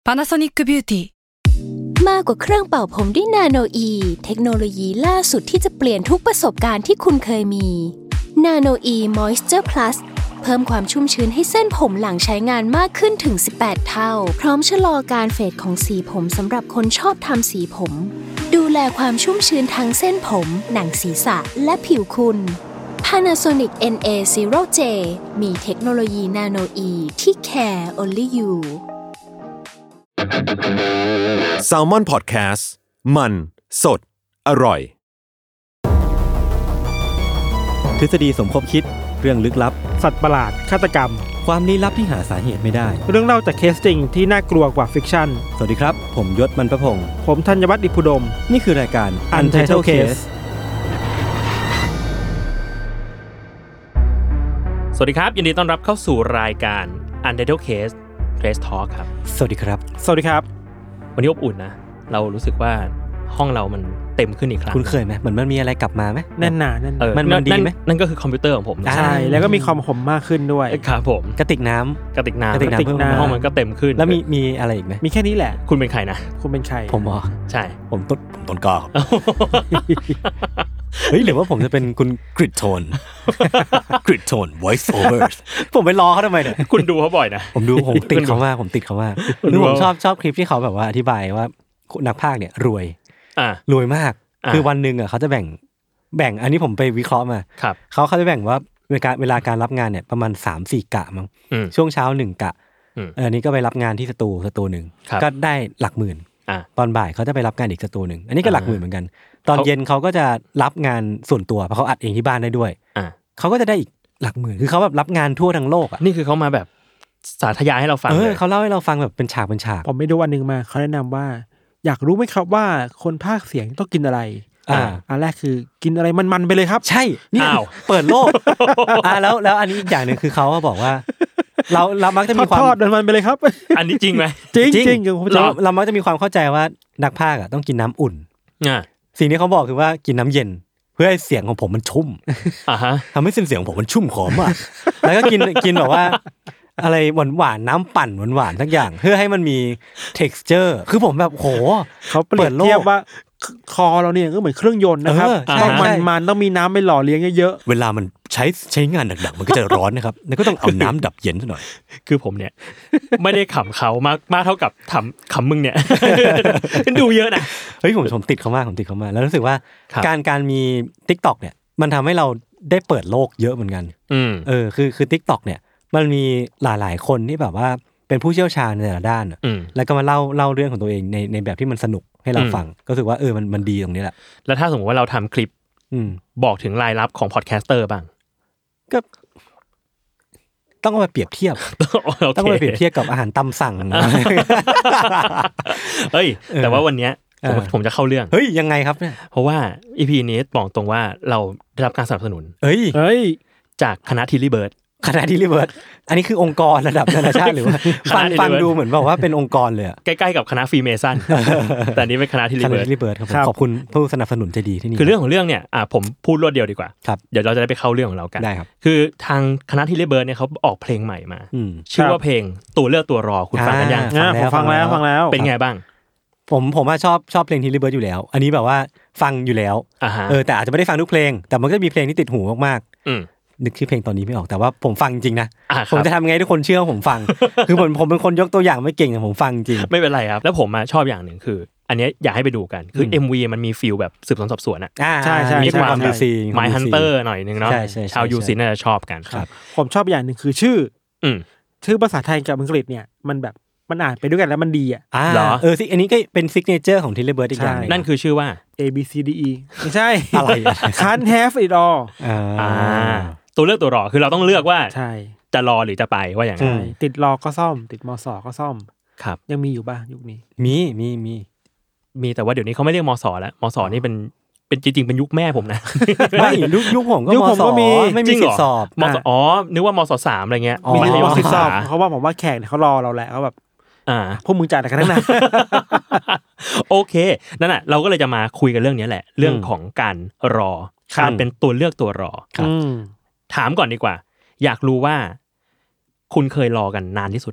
Panasonic Beauty มากกว่าเครื่องเป่าผมด้วยนาโนอีเทคโนโลยีล่าสุดที่จะเปลี่ยนทุกประสบการณ์ที่คุณเคยมีนาโนอีมอยส์เจอร์พลัสเพิ่มความชุ่มชื้นให้เส้นผมหลังใช้งานมากขึ้นถึง18เท่าพร้อมชะลอการเฟดของสีผมสำหรับคนชอบทำสีผมดูแลความชุ่มชื้นทั้งเส้นผมหนังศีรษะและผิวคุณ Panasonic NA0J มีเทคโนโลยีนาโนอีที่ care only you Salmon Podcast มันสดอร่อยทฤษฎีสมคบคิดเรื่องลึกลับสัตว์ประหลาดฆาตกรรมความลี้ลับที่หาสาเหตุไม่ได้เรื่องเล่าจากเคสจริงที่น่ากลัวกว่าฟิกชั่นสวัสดีครับผมยศมันประพงษ์ผมธัญวัฒน์อิพุดมนี่คือรายการ Untitled Case สวัสดีครับยินดีต้อนรับเข้าสู่รายการ Untitled Case Trace Talk ครับสวัสดีครับสวัสดีครับวันนี้อบอุ่นนะเรารู้สึกว่าห้องเรามันเต็มขึ้นอีกครั้งคุณเคยไหมเหมือนมันมีอะไรกลับมาไหมแน่นหนามันดีไหมนั่นก็คือคอมพิวเตอร์ของผมใช่แล้วก็มีความคมมากขึ้นด้วยครับผมกระติกน้ำห้องมันก็เต็มขึ้นแล้วมีอะไรอีกไหมมีแค่นี้แหละคุณเป็นใครนะคุณเป็นใครผมอ๋อใช่ผมต้นกล้าครับเฮ้ยหรือว่าผมจะเป็นคุณกริดโทนvoice over ผมไปรอเขาทำไมเนี่ยคุณดูเขาบ่อยนะผมติดเขามากคือผมชอบคลิปที่เขาแบบว่าอธิบายว่านักพากย์เนี่ยรวยมากคือวันนึงอ่ะเขาจะแบ่งอันนี้ผมไปวิเคราะห์มาเขาจะแบ่งว่าเวลาการรับงานเนี่ยประมาณ 3-4 กะมั้งช่วงเช้า1กะอันนี้ก็ไปรับงานที่สตูนึงก็ได้หลักหมื่นตอนบ่ายเขาจะไปรับงานอีกสตูนึงอันนี้ก็หลักหมื่นเหมือนกันตอนเย็นเขาก็จะรับงานส่วนตัวเพราะเขาอัดเองที่บ้านได้ด้วยเขาก็จะได้อีกหลักหมื่นคือเขาแบบรับงานทั่วทั้งโลกอ่ะนี่คือเขามาแบบสาธยายให้เราฟังเขาเล่าให้เราฟังแบบเป็นฉากผมไม่ดูวันนึงมาเขาแนะนำว่าอยากรู้ไหมครับว่าคนพากย์เสียงต้องกินอะไรอันแรกคือกินอะไรมันๆไปเลยครับใช่นี่เปิดโลกแล้วอันนี้อีกอย่างนึงคือเขาบอกว่าเรามักจะมีความทอดมันไปเลยครับอันนี้จริงไหมจริงเรามักจะมีความเข้าใจว่านักพากย์ต้องกินน้ำอุ่นสิ่งที่เขาบอกคือว่ากินน้ำเย็นเพื่อให้เสียงของผมมันชุ่มทำให้เสียงของผมมันชุ่มหอมอ่ะแล้วก็กินแบบว่าอะไรหวานน้ำปั่นหวานๆสักอย่างเพื่อให้มันมี texture คือผมแบบโหเขาเปิดโลกว่าคอเราเนี่ยก็เหมือนเครื่องยนต์นะครับมันต้องมีน้ำไปหล่อเลี้ยงเยอะๆเวลามันใช้งานหนักๆมันก็จะร้อนนะครับแล้วก็ต้องเอาน้ำดับเย็นซะหน่อยคือผมเนี่ยไม่ได้ขำเขามากเท่ากับขำมึงเนี่ยดูเยอะนะเฮ้ยผมติดเขามากแล้วรู้สึกว่าการมี TikTok เนี่ยมันทำให้เราได้เปิดโลกเยอะเหมือนกันคือ TikTok เนี่ยมันมีหลายๆคนที่แบบว่าเป็นผู้เชี่ยวชาญในแต่ละด้านแล้วก็มาเล่าเรื่องของตัวเองในแบบที่มันสนุกให้เราฟังก็รู้สึกว่ามันดีตรงนี้แหละแล้วถ้าสมมติว่าเราทำคลิปบอกถึงรายรับของพอดแคสเตอร์บ้างก็ต้องเอาไปเปรียบเทียบต้องเอาไปเปรียบเทียบกับอาหารตามสั่งเฮ้ยแต่ว่าวันนี้ผมจะเข้าเรื่องเฮ้ยยังไงครับเนี่ยเพราะว่า EP นี้บอกตรงว่าเราได้รับการสนับสนุนเฮ้ยจากคณะทิลลี่เบิร์ดอันนี้คือองค์กรระดับนานาชาติหรือว่าฟังดูเหมือนบอกว่าเป็นองค์กรเลยใกล้ๆกับคณะฟรีเมสันแต่นี้เป็นคณะทิลลี่เบิร์ดครับขอบคุณผู้สนับสนุนใจดีที่นี่คือเรื่องของเรื่องเนี่ยผมพูดรวดเดียวดีกว่าเดี๋ยวเราจะได้ไปเข้าเรื่องของเรากันได้ครับคือทางคณะทิลลี่เบิร์ดเนี่ยเขาออกเพลงใหม่มาชื่อว่าเพลงตัวเลือกตัวรอคุณฟังกันยังฟังแล้วเป็นไงบ้างผมว่าชอบเพลงทิลลี่เบิร์ดอยู่แล้วอันนี้แบบว่าฟังอยู่แล้วแต่อาจจะไม่ได้ฟังทุกเพลงแต่มันก็จะมีเพลงที่ติดหูมากนึกชื่อเพลงตอนนี้ไม่ออกแต่ว่าผมฟังจริงนะผมจะทำไงทุกคนเชื่อว่าผมฟังคือผมเป็นคนยกตัวอย่างไม่เก่งแต่ผมฟังจริงไม่เป็นไรครับแล้วผมชอบอย่างหนึ่งคืออันนี้อยากให้ไปดูกันคือ MV มันมีฟีลแบบสืบสวนสอบสวนอ่ะใช่มีความMy Hunter หน่อยนึงเนาะชาวยูซินน่าจะชอบกันผมชอบอย่างนึงคือชื่อภาษาไทยกับอังกฤษเนี่ยมันแบบมันอ่านไปด้วยกันแล้วมันดีอ่ะเหรออันนี้ก็เป็นซิกเนเจอร์ของทิลลี่เบิร์ดอีกอย่างนั่นคือชื่อว่า A B C D E ไม่ใช่อะไร Can't have it all ตัวเลือกตัวรอคือเราต้องเลือกว่าจะรอหรือจะไปว่าอย่างนั้นติดรอก็ซ่อมติดมสก็ซ่อมครับยังมีอยู่ป่ะยุคนี้มีแต่ว่าเดี๋ยวนี้เขาไม่เรียกมสแล้วมสนี่เป็นจริงๆเป็นยุคแม่ผมนะไม่ยุคผมก็มสไม่มีสิทธิสอบมสนึกว่ามส3อะไรเงี้ยมีสิทธิสอบเพราะว่าผมว่าแขกเขารอเราแหละเขาแบบพวกมึงจ่ายกันทั้งนั้นโอเคนั่นน่ะเราก็เลยจะมาคุยกันเรื่องนี้แหละเรื่องของการรอการเป็นตัวเลือกตัวรอถามก่อนดีกว่าอยากรู้ว่าคุณเคยรอกันนานที่สุดเนี่ย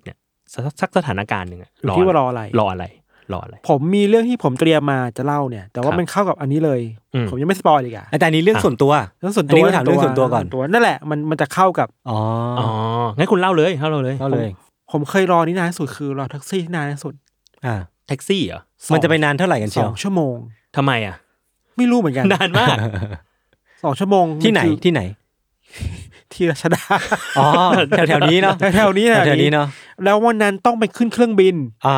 สักสถานการณ์นึงอะคิดว่ารออะไรผมมีเรื่องที่ผมเตรียมมาจะเล่าเนี่ยแต่ว่ามันเข้ากับอันนี้เลยผมยังไม่สปอยล์อีกอ่ะแต่อันนี้เรื่องส่วนตัวถามเรื่องส่วนตัวก่อนนั่นแหละมันจะเข้ากับงั้นคุณเล่าเลยผมเคยรอนี่นานสุดคือรอแท็กซี่ที่นานที่สุดแท็กซี่เหรอมันจะไปนานเท่าไหร่กันเชียว 2 ชั่วโมงทำไมอ่ะไม่รู้เหมือนกันนานมาก 2 ชั่วโมงที่ไหนที่รัชดาแถวๆนี้เนาะแถวๆนี้เนาะแล้ววันนั้นต้องไปขึ้นเครื่องบิน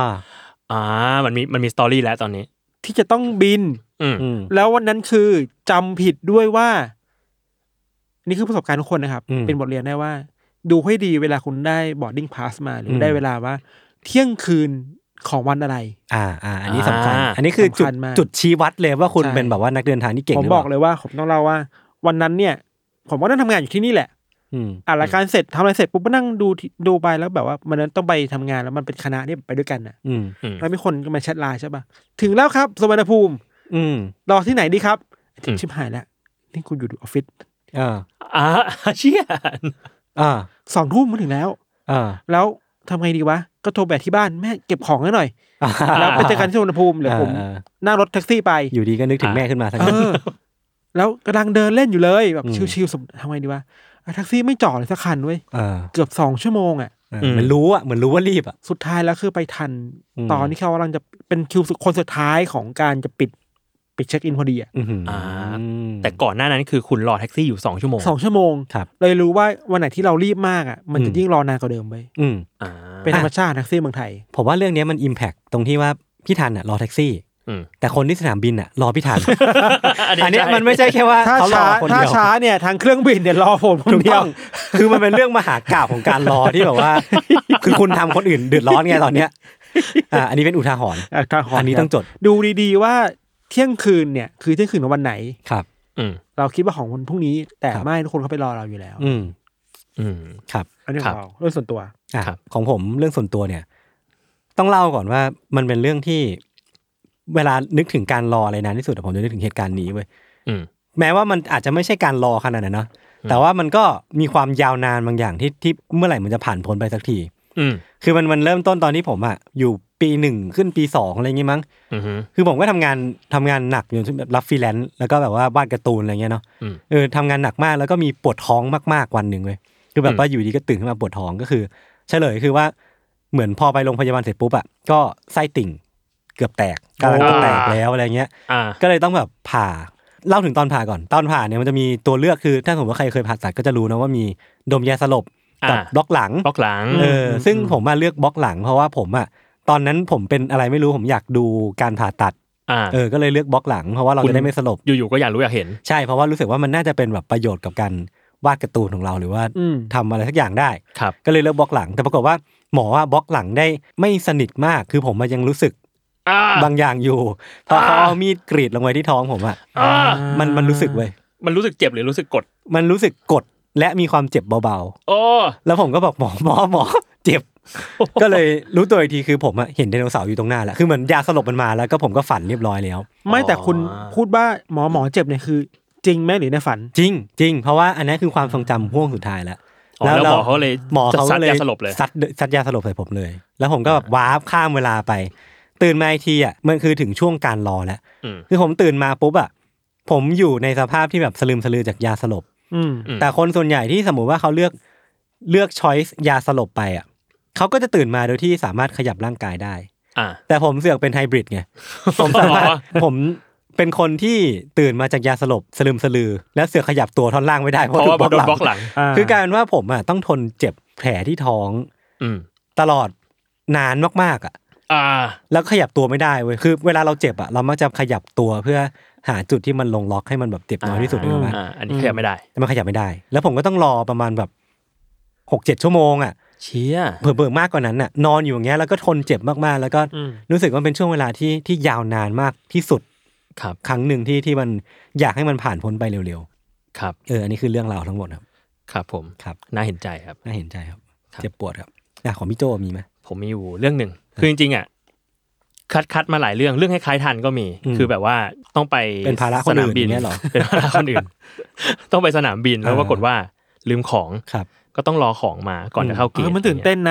มันมีสตอรี่แล้วตอนนี้ที่จะต้องบินแล้ววันนั้นคือจำผิดด้วยว่านี่คือประสบการณ์ทุกคนนะครับเป็นบทเรียนได้ว่าดูให้ดีเวลาคุณได้ boarding pass มาหรือได้เวลาว่าเที่ยงคืนของวันอะไรอันนี้สำคัญอันนี้คือจุดชี้วัดเลยว่าคุณเป็นแบบว่านักเดินทางที่เก่งผมบอกเลยว่าผมต้องเล่าว่าวันนั้นเนี่ยผมก็นั่งทำงานอยู่ที่นี่แหละรายการเสร็จทำอะไรเสร็จปุ๊บก็นั่งดูไปแล้วแบบว่ามันนั้นต้องไปทำงานแล้วมันเป็นคณะที่ไปด้วยกันน่ะแล้วมีคนก็มาแชทไลน์ใช่ป่ะถึงแล้วครับสุวรรณภูมิรอที่ไหนดีครับชิบหายแล้วนี่คุณอยู่ออฟฟิศเชี่ย 2 ทุ่มมาถึงแล้วแล้วทำไงดีวะก็โทรไปที่บ้านแม่เก็บของให้หน่อยแล้วไปเจอกันที่สุวรรณภูมิเดี๋ยวผมนั่งรถแท็กซี่ไปอยู่ดีก็นึกถึงแม่ขึ้นมาทั้งนั้นแล้วกำลังเดินเล่นอยู่เลยแบบชิวๆทำไงดีวะแท็กซี่ไม่จอดเลยสักคันเว้ยเกือบ2 ชั่วโมงเหมือนรู้ว่ารีบสุดท้ายแล้วคือไปทันตอนที่เขากำลังจะเป็นคิวคนสุดท้ายของการจะปิดเช็คอินพอดีแต่ก่อนหน้านั้นคือคุณรอแท็กซี่อยู่2 ชั่วโมง 2 ชั่วโมงเลยรู้ว่าวันไหนที่เรารีบมากมันจะยิ่งรอนานกว่าเดิมไปเป็นธรรมชาติแท็กซี่เมืองไทยผมว่าเรื่องนี้มันอิมแพคตรงที่ว่าพี่ทันรอแท็กซี่แต่คนที่สนามบินรอพี่ทันอันนี้มันไม่ใช่แค่ว่าเขารอคนเดียวถ้าช้าเนี่ยทางเครื่องบินเนี่ยรอผมคนเดียวคือมันเป็นเรื่องมหากาพย์ของการรอที่แบบว่าคือคุณทำคนอื่นเดือดร้อนไงตอนเนี้ยอันนี้เป็นอุทาหรณ์อันนี้ต้องจดดูดีๆว่าเที่ยงคืนเนี่ยคือเที่ยงคืนของวันไหนครับเราคิดว่าของวันพรุ่งนี้แต่ไม่ทุกคนเขาไปรอเราอยู่แล้วครับอันนี้ของเราเรื่องส่วนตัวของผมเรื่องส่วนตัวเนี่ยต้องเล่าก่อนว่ามันเป็นเรื่องที่เวลานึกถึงการรออะไรนานที่สุดผมจะนึกถึงเหตุการณ์นี้เว้ยแม้ว่ามันอาจจะไม่ใใช่การรอขนาดนั้นเนาะแต่ว่ามันก็มีความยาวนานบางอย่างที่เมื่อไหร่มันจะผ่านพ้นไปสักทีคือมันเริ่มต้นตอนที่ผมอยู่ปี 1ขึ้นปี 2อะไรอย่างงี้มั้งคือผมก็ทำงานหนักอยู่รับฟรีแลนซ์แล้วก็แบบว่าวาดการ์ตูนอะไรเงี้ยเนาะทำงานหนักมากแล้วก็มีปวดท้องมากๆวันนึงเว้ยคือแบบว่าอยู่ดีก็ตื่นขึ้นมาปวดท้องก็คือเฉลยคือว่าเหมือนพอไปโรงพยาบาลเสร็จปุ๊บก็ไส้ติ่งเกือบแตกกำลังจะแตกแล้วอะไรเงี้ยก็เลยต้องแบบผ่าเล่าถึงตอนผ่าก่อนตอนผ่าเนี่ยมันจะมีตัวเลือกคือถ้าสมมติว่าใครเคยผ่าตัดก็จะรู้นะว่ามีดมยาสลบบล็อกหลังซึ่งผมมาเลือกบล็อกหลังเพราะว่าผมตอนนั้นผมเป็นอะไรไม่รู้ผมอยากดูการผ่าตัดก็เลยเลือกบล็อกหลังเพราะว่าเราจะได้ไม่สลบอยู่ๆก็อยากรู้อยากเห็นใช่เพราะว่ารู้สึกว่ามันน่าจะเป็นแบบประโยชน์กับการวาดการ์ตูนของเราหรือว่าทำอะไรสักอย่างได้ก็เลยเลือกบล็อกหลังแต่ปรากฏว่าหมอว่าบล็อกหลังได้ไม่สนิทมากคือผมยังรู้สึกบางอย่างอยู่พอเขาเอามีดกรีดลงไว้ที่ท้องผมมันรู้สึกเว้ยมันรู้สึกเจ็บหรือรู้สึกกดมันรู้สึกกดและมีความเจ็บเบาๆแล้วผมก็บอกหมอเจ็บก็เลยรู้ตัวอีกทีคือผมเห็นไดโนเสาร์อยู่ตรงหน้าแล้วคือเหมือนยาสลบมันมาแล้วก็ผมก็ฝันเรียบร้อยแล้วไม่แต่คุณพูดว่าหมอเจ็บเนี่ยคือจริงไหมหรือในฝันจริงเพราะว่าอันนี้คือความทรงจำห่วงสุดท้ายแล้วแล้วหมอเขาเลยซัดยาสลบเลยซัดยาสลบใส่ผมเลยแล้วผมก็แบบวาร์ปข้ามเวลาไปตื่นมาอีกทีมันคือถึงช่วงการรอแล้วคือผมตื่นมาปุ๊บผมอยู่ในสภาพที่แบบสลืมสลือจากยาสลบแต่คนส่วนใหญ่ที่สมมุติว่าเขาเลือกช้อยส์ยาสลบไปเขาก็จะตื่นมาโดยที่สามารถขยับร่างกายได้แต่ผมเสือกเป็นไฮบริดไงผมสามารถผมเป็นคนที่ตื่นมาจากยาสลบสลืมสลือแล้วเสือกขยับตัวท่อนล่างไม่ได้เพราะว่าโดนบล็อกหลังคือกลายเป็นว่าผมต้องทนเจ็บแผลที่ท้องตลอดนานมากๆแล้วขยับตัวไม่ได้เว้ยคือเวลาเราเจ็บเรามักจะขยับตัวเพื่อหาจุดที่มันลงล็อกให้มันแบบเจ็บน้อยที่สุดได้มั้ยอันนี้ขยับไม่ได้มันขยับไม่ได้แล้วผมก็ต้องรอประมาณแบบ 6-7 ชั่วโมงเชี่ยเผลอๆมากกว่านั้นนอนอยู่อย่างเงี้ยแล้วก็ทนเจ็บมากๆแล้วก็รู้สึกว่าเป็นช่วงเวลาที่ยาวนานมากที่สุดครั้งนึงที่มันอยากให้มันผ่านพ้นไปเร็วๆครับอันนี้คือเรื่องราวทั้งหมดครับครับผมครับน่าเห็นใจครับน่าเห็นใจครับเจ็บปวดครับของพี่โจมีมั้ยผมมีอยู่เรื่องนึงคือจริงๆคัดมาหลายเรื่องให้คล้ายทันก็มีคือแบบว่าต้องไปเป็นภาระคนอื่นเนี่ยหรอเป็นภาระคนอื่นต้องไปสนามบินแล้วปรากฏว่าลืมของก็ต้องรอของมาก่อนจะเข้าเกตมันตื่นเต้นนะ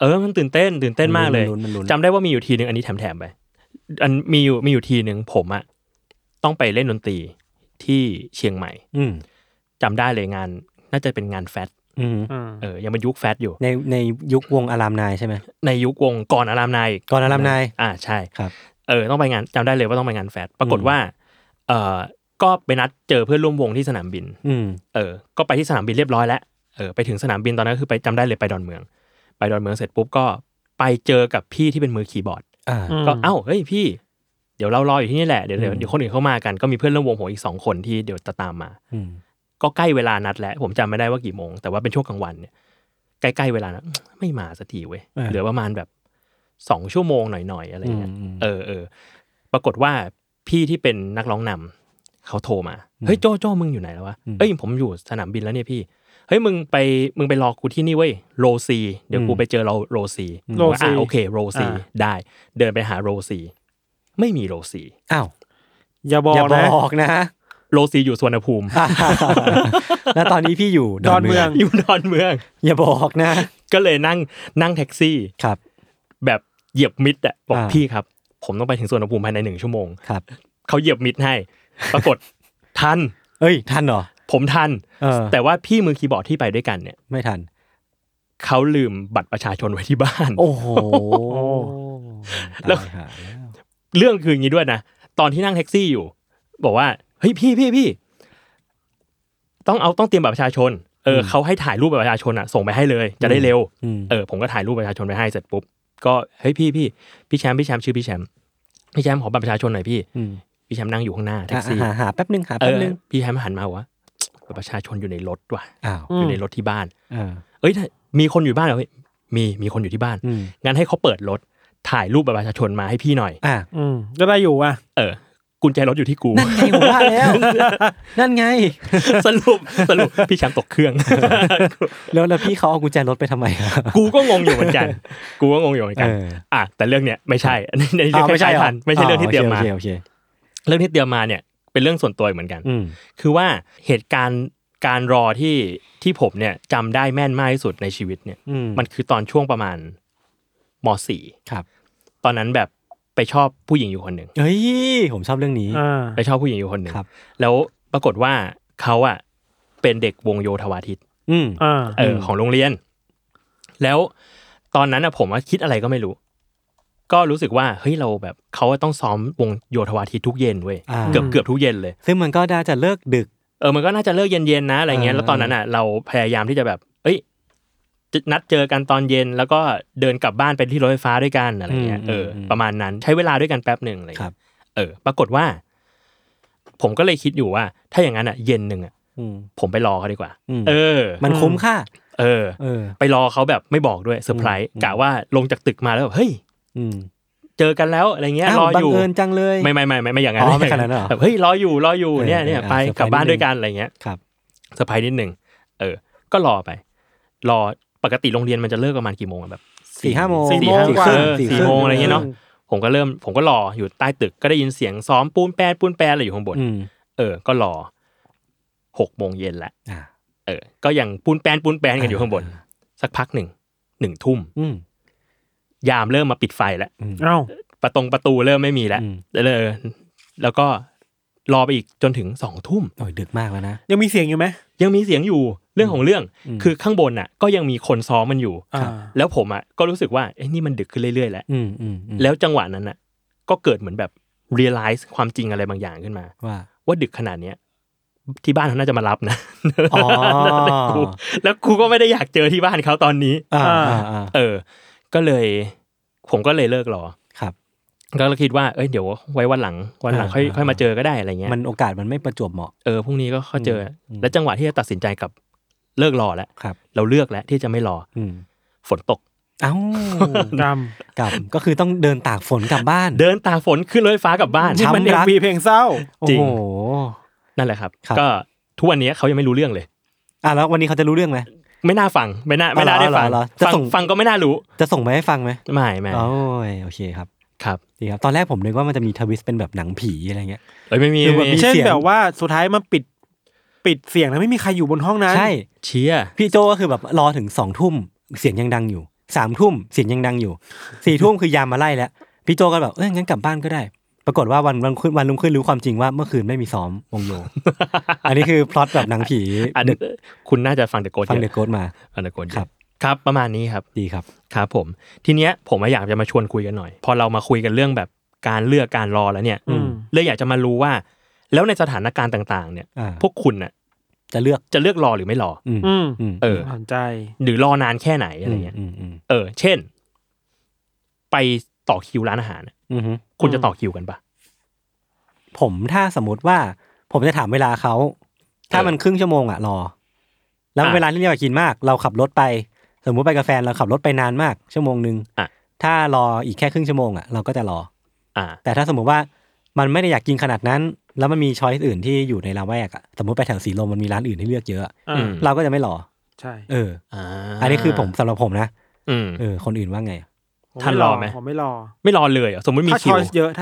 มันตื่นเต้นมากเลยจำได้ว่ามีอยู่ทีนึงอันนี้แถมไปอันมีอยู่ทีนึงผมอะต้องไปเล่นดนตรีที่เชียงใหม่จำได้เลยงานน่าจะเป็นงานแฟตยังเป็นยุคแฟตอยู่ในยุควงอารามนายใช่ไหมในยุควงก่อนอารามนายใช่ครับต้องไปงานจำได้เลยว่าต้องไปงานแฟตปรากฏว่าก็ไปนัดเจอเพื่อนร่วมวงที่สนามบินก็ไปที่สนามบินเรียบร้อยแล้วไปถึงสนามบินตอนนั้นคือไปจำได้เลยไปดอนเมืองเสร็จปุ๊บก็ไปเจอกับพี่ที่เป็นมือคีย์บอร์ดก็เฮ้ยพี่เดี๋ยวเรารออยู่ที่นี่แหละเดี๋ยวคนอื่นเข้ามากันก็มีเพื่อนร่วมวงผมอีก2คนที่เดี๋ยวจะตามมาก็ใกล้เวลานัดแล้วผมจำไม่ได้ว่ากี่โมงแต่ว่าเป็นช่วงกลางวันเนี่ยใกล้ๆเวลานะไม่มาสักทีเว้ยเหลือประมาณแบบ2ชั่วโมงหน่อยๆอะไรเงี้ยปรากฏว่าพี่ที่เป็นนักร้องนำเขาโทรมาเฮ้ยโจ้มึงอยู่ไหนแล้ววะผมอยู่สนามบินแล้วเนี่ยพี่เฮ้ยมึงไปรอกูที่นี่เว้ยโรซีเดี๋ยวกูไปเจอเราโรซีโอเคโรซีได้เดินไปหาโรซีไม่มีโรซีอ้าวอย่าบอกนะโรซีอยู่สุวรรณภูมิแล้วตอนนี้พี่อยู่ดอนเมืองอย่าบอกนะก็เลยนั่งแท็กซี่ครับแบบเหยียบมิดอ่ะบอกพี่ครับผมต้องไปถึงสุวรรณภูมิภายใน1ชั่วโมงครับเขาเหยียบมิดให้ปรากฏทันทันเหรอผมทันแต่ว่าพี่มือคีย์บอร์ดที่ไปด้วยกันเนี่ยไม่ทันเขาลืมบัตรประชาชนไว้ที่บ้านโอ้โหแล้วเรื่องคืออย่างนี้ด้วยนะตอนที่นั่งแท็กซี่อยู่บอกว่าเฮ้ยพี่ต้องเตรียมบัตรประชาชนเขาให้ถ่ายรูปบัตรประชาชนอ่ะส่งไปให้เลยจะได้เร็วผมก็ถ่ายรูปประชาชนไปให้เสร็จปุ๊บก็เฮ้ยพี่แชมป์ชื่อพี่แชมป์ขอบัตรประชาชนหน่อยพี่แชมป์นั่งอยู่ข้างหน้าแท็กซี่หาแป๊บนึงพี่แชมป์หันมาว่าบัตรประชาชนอยู่ในรถว่ะอยู่ในรถที่บ้านมีคนอยู่บ้านเหรอมีคนอยู่ที่บ้านงั้นให้เขาเปิดรถถ่ายรูปบัตรประชาชนมาให้พี่หน่อยก็ได้อยู่ว่ะกุญแจรถอยู่ที่กูนั่นไงผมว่าแล้วนั่นไงสรุปพี่แชมป์ตกเครื่องแล้วพี่เขาเอากุญแจรถไปทำไมกูก็งงอยู่เหมือนกันแต่เรื่องเนี้ยไม่ใช่ไม่ใช่ทันไม่ใช่เรื่องที่เตรียมมาเรื่องที่เตรียมมาเนี่ยเป็นเรื่องส่วนตัวเหมือนกันคือว่าเหตุการณ์การรอที่ผมเนี่ยจำได้แม่นมากที่สุดในชีวิตเนี่ยมันคือตอนช่วงประมาณม.4 ครับตอนนั้นแบบไปชอบผู้หญิงอยู่คนหนึ่งผมชอบเรื่องนี้ไปชอบผู้หญิงอยู่คนหนึ่งแล้วปรากฏว่าเขาอะเป็นเด็กวงโยธวาทิตของโรงเรียนแล้วตอนนั้นอะผมคิดอะไรก็ไม่รู้ก็รู้สึกว่าเฮ้ยเราแบบเขาต้องซ้อมวงโยธวาทิตทุกเย็นเว้ยเกือบทุกเย็นเลยซึ่งมันก็น่าจะเลิกดึกมันก็น่าจะเลิกเย็นๆนะอะไรเงี้ยแล้วตอนนั้นอะเราพยายามที่จะแบบนัดเจอกันตอนเย็นแล้วก็เดินกลับบ้านไปที่รถไฟฟ้าด้วยกันอะไรเงี้ยประมาณนั้นใช้เวลาด้วยกันแป๊บนึงอะไรครับปรากฏว่าผมก็เลยคิดอยู่ว่าถ้าอย่างนั้นอ่ะเย็นนึงอ่ะผมไปรอเขาดีกว่ามันคุ้มค่าไปรอเขาแบบไม่บอกด้วยเซอร์ไพรส์กะว่าลงจากตึกมาแล้วแบบเฮ้ยเจอกันแล้วอะไรเงี้ยรออยู่บังเอิญจังเลยไม่อย่างนั้นไม่ขนาดนั้นแบบเฮ้ยรออยู่เนี่ยไปกลับบ้านด้วยกันอะไรเงี้ยครับเซอร์ไพรส์นิดนึงก็รอไปรอปกติโรงเรียนมันจะเลิกประมาณกี่โมงแบบ 4-5 โมง 4 โมงอะไรเงี้ยเนาะผมก็รออยู่ใต้ตึกก็ได้ยินเสียงซ้อมปูนแปนอะไรอยู่ข้างบนก็รอ6 โมงเย็นแล้วก็ยังปูนแปนกันอยู่ข้างบนสักพัก1 ทุ่มยามเริ่มมาปิดไฟแล้วประตูเริ่มไม่มีแล้วแล้วก็รอไปอีกจนถึง2 ทุ่มดึกมากแล้วนะยังมีเสียงอยู่ไหมยังมีเสียงอยู่เรื่องของเรื่องคือข้างบนน่ะก็ยังมีคนซ้อมมันอยู่แล้วผมอ่ะก็รู้สึกว่านี่มันดึกขึ้นเรื่อยๆแล้วแล้วจังหวะนั้นน่ะก็เกิดเหมือนแบบ realize ความจริงอะไรบางอย่างขึ้นมาว่าดึกขนาดเนี้ยที่บ้านเขาน่าจะมารับนะแล้วกูก็ไม่ได้อยากเจอที่บ้านเขาตอนนี้ก็เลยผมก็เลยเลิกรอก็คิดว่าเดี๋ยวไว้วันหลังค่อยมาเจอก็ได้อะไรเงี้ยมันโอกาสมันไม่ประจวบเหมาะพรุ่งนี้ก็ค่อยเจอแล้วจังหวะที่จะตัดสินใจกับเลิกรอแล้วเราเลือกแล้วที่จะไม่รอฝนตกกลับก็คือต้องเดินตากฝนกลับบ้านเดินตากฝนขึ้นรถไฟฟ้ากลับบ้านนี่มันMVเพลงเศร้าจริงนั่นแหละครับก็ทุกวันนี้เขายังไม่รู้เรื่องเลยแล้ววันนี้เขาจะรู้เรื่องไหมไม่น่าฟังไม่น่าได้ฟังก็ไม่น่ารู้จะส่งมาให้ฟังไหมไม่โอเคครับครับดีครับตอนแรกผมนึกว่ามันจะมีทวิสต์เป็นแบบหนังผีอะไรเงี้ยไม่มีเช่นแบบว่าสุดท้ายมาปิดเสียงแล้วไม่มีใครอยู่บนห้องนั้นใช่เชียร์พี่โจก็คือแบบรอถึง2 ทุ่มเสียงยังดังอยู่ 3 ทุ่มเสียงยังดังอยู่4 ทุ่มคือยามมาไล่แล้วพี่โจก็แบบงั้นกลับบ้านก็ได้ปรากฏว่าวันรุ่งขึ้นรู้ความจริงว่าเมื่อคืนไม่มีซ้อมวงโย อันนี้คือพล็อตแบบหนังผีคุณน่าจะฟังเดอะโกสต์มาฟังเดอะโกสต์ครับประมาณนี้ครับดีครับครับผมทีเนี้ยผมอยากจะมาชวนคุยกันหน่อยพอเรามาคุยกันเรื่องแบบการเลือกการรอแล้วเนี่ยเลยอยากจะมารู้ว่าแล้วในสถานการณ์ต่างๆเนี่ยพวกคุณน่ะจะเลือกรอหรือไม่รอสนใจหรือรอนานแค่ไหนอะไรเงี้ยเช่นไปต่อคิวร้านอาหารคุณจะต่อคิวกันปะผมถ้าสมมติว่าผมจะถามเวลาเขาถ้ามันครึ่งชั่วโมงรอแล้วเวลาที่เรากินมากเราขับรถไปสมมุติไปกับแฟนเราขับรถไปนานมากชั่วโมงนึงถ้ารออีกแค่ครึ่งชั่วโมงเราก็จะรอแต่ถ้าสมมติว่ามันไม่ได้อยากกินขนาดนั้นแล้วมันมีช้อยส์อื่นที่อยู่ในละแวกสมมติไปแถวสีลมมันมีร้านอื่นให้เลือกเยอะเราก็จะไม่รอใช่อันนี้คือผมสำหรับผมนะคนอื่นว่าไงท่านรอไหมผมไม่รอเลยสมมติมีคิวถ้าช้อยส์เยอะ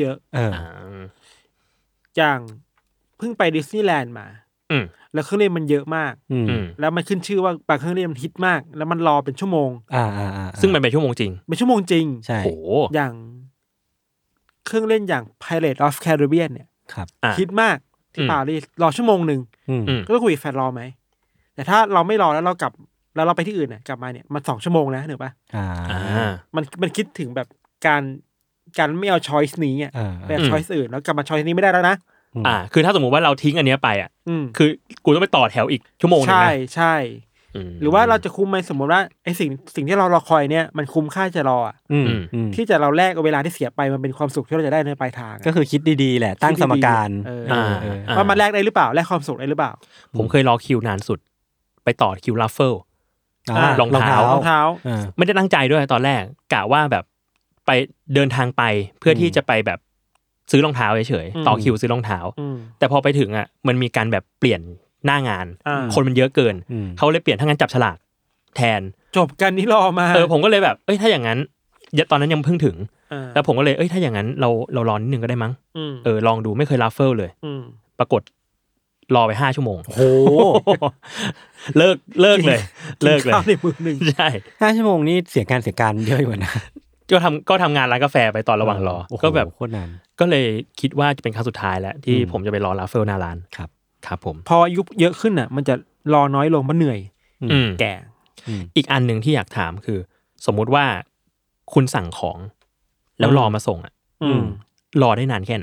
อย่างเพิ่งไปดิสนีย์แลนด์มาแล้วเครื่องเล่นมันเยอะมากแล้วมันขึ้นชื่อว่าบางเครื่องเล่นมันฮิตมากแล้วมันรอเป็นชั่วโมงซึ่งมันเป็นชั่วโมงจริงเป็นชั่วโมงจริงใช่โหอย่างเครื่องเล่นอย่าง Pirates of Caribbean เนี่ยฮิตมากที่ปารีสรอชั่วโมงนึงก็ต้องคุยแฟนรอไหมแต่ถ้าเราไม่รอแล้วเรากลับแล้วเราไปที่อื่นกลับมาเนี่ยมัน2 ชั่วโมงนะนึกป่ะมันคิดถึงแบบการไม่เอาช้อยส์นี้แบบช้อยส์อื่นแล้วกลับมาช้อยส์นี้ไม่ได้แล้วนะคือถ้าสมมุติว่าเราทิ้งอันนี้ไปคือกูต้องไปต่อแถวอีกชั่วโมงนึงนะใช่หรือว่าเราจะคุ้มไหมสมมติว่าไอ้สิ่งที่เรารอคอยเนี่ยมันคุ้มค่าจะรอที่จะเราแลกเวลาที่เสียไปมันเป็นความสุขที่เราจะได้ในปลายทางก็คือคิดดีๆแหละตั้งสมการว่ามันแลกได้หรือเปล่าแลกความสุขได้หรือเปล่าผมเคยรอคิวนานสุดไปต่อคิวรัฟเฟิลรองเท้าไม่ได้ตั้งใจด้วยตอนแรกกะว่าแบบไปเดินทางไปเพื่อที่จะไปแบบซื้อรองเท้าเฉยๆต่อคิวซื้อรองเท้าแต่พอไปถึงมันมีการแบบเปลี่ยนหน้างานคนมันเยอะเกินเขาเลยเปลี่ยนทั้งงานจับฉลากแทนจบกันนี่รอมาผมก็เลยแบบถ้าอย่างนั้นตอนนั้นยังเพิ่งถึงแล้วผมก็เลยถ้าอย่างนั้นเรารอนิดนึงก็ได้มั้งลองดูไม่เคยรัฟเฟิลเลยปรากฏรอไป5 ชั่วโมงโหเลิกเลยข้าวในมือนึงใช่ 5 ชั่วโมงนี่เสียการเยอะกว่านะก็ทำงานร้านกาแฟไปตอนระหว่างรอก็แบบโคตรนานก็เลยคิดว่าจะเป็นครั้งสุดท้ายแล้วที่ผมจะไปรอรัฟเฟิลหน้าร้านครับผมพออายุเยอะขึ้นมันจะรอน้อยลงเพราะเหนื่อยแก่อีกอันนึงที่อยากถามคือสมมุติว่าคุณสั่งของแล้วรอมาส่งรอได้นานแค่ไหน